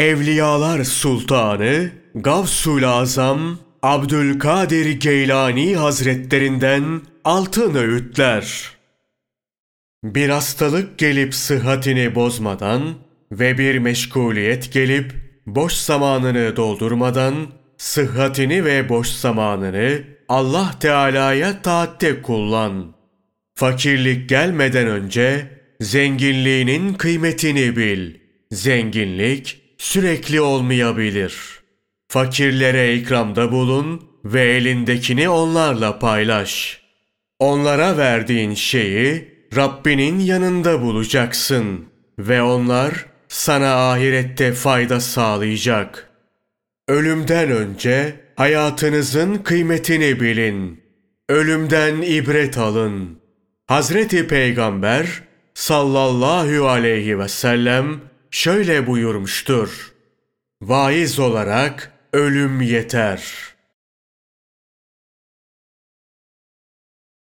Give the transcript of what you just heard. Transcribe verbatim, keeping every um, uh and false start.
Evliyalar Sultanı Gavsul Azam Abdülkadir Geylani Hazretlerinden altın öğütler. Bir hastalık gelip sıhhatini bozmadan ve bir meşguliyet gelip boş zamanını doldurmadan sıhhatini ve boş zamanını Allah Teala'ya taatte kullan. Fakirlik gelmeden önce zenginliğinin kıymetini bil. Zenginlik sürekli olmayabilir. Fakirlere ikramda bulun ve elindekini onlarla paylaş. Onlara verdiğin şeyi Rabbinin yanında bulacaksın ve onlar sana ahirette fayda sağlayacak. Ölümden önce hayatınızın kıymetini bilin. Ölümden ibret alın. Hazreti Peygamber sallallahu aleyhi ve sellem şöyle buyurmuştur: Vaiz olarak ölüm yeter.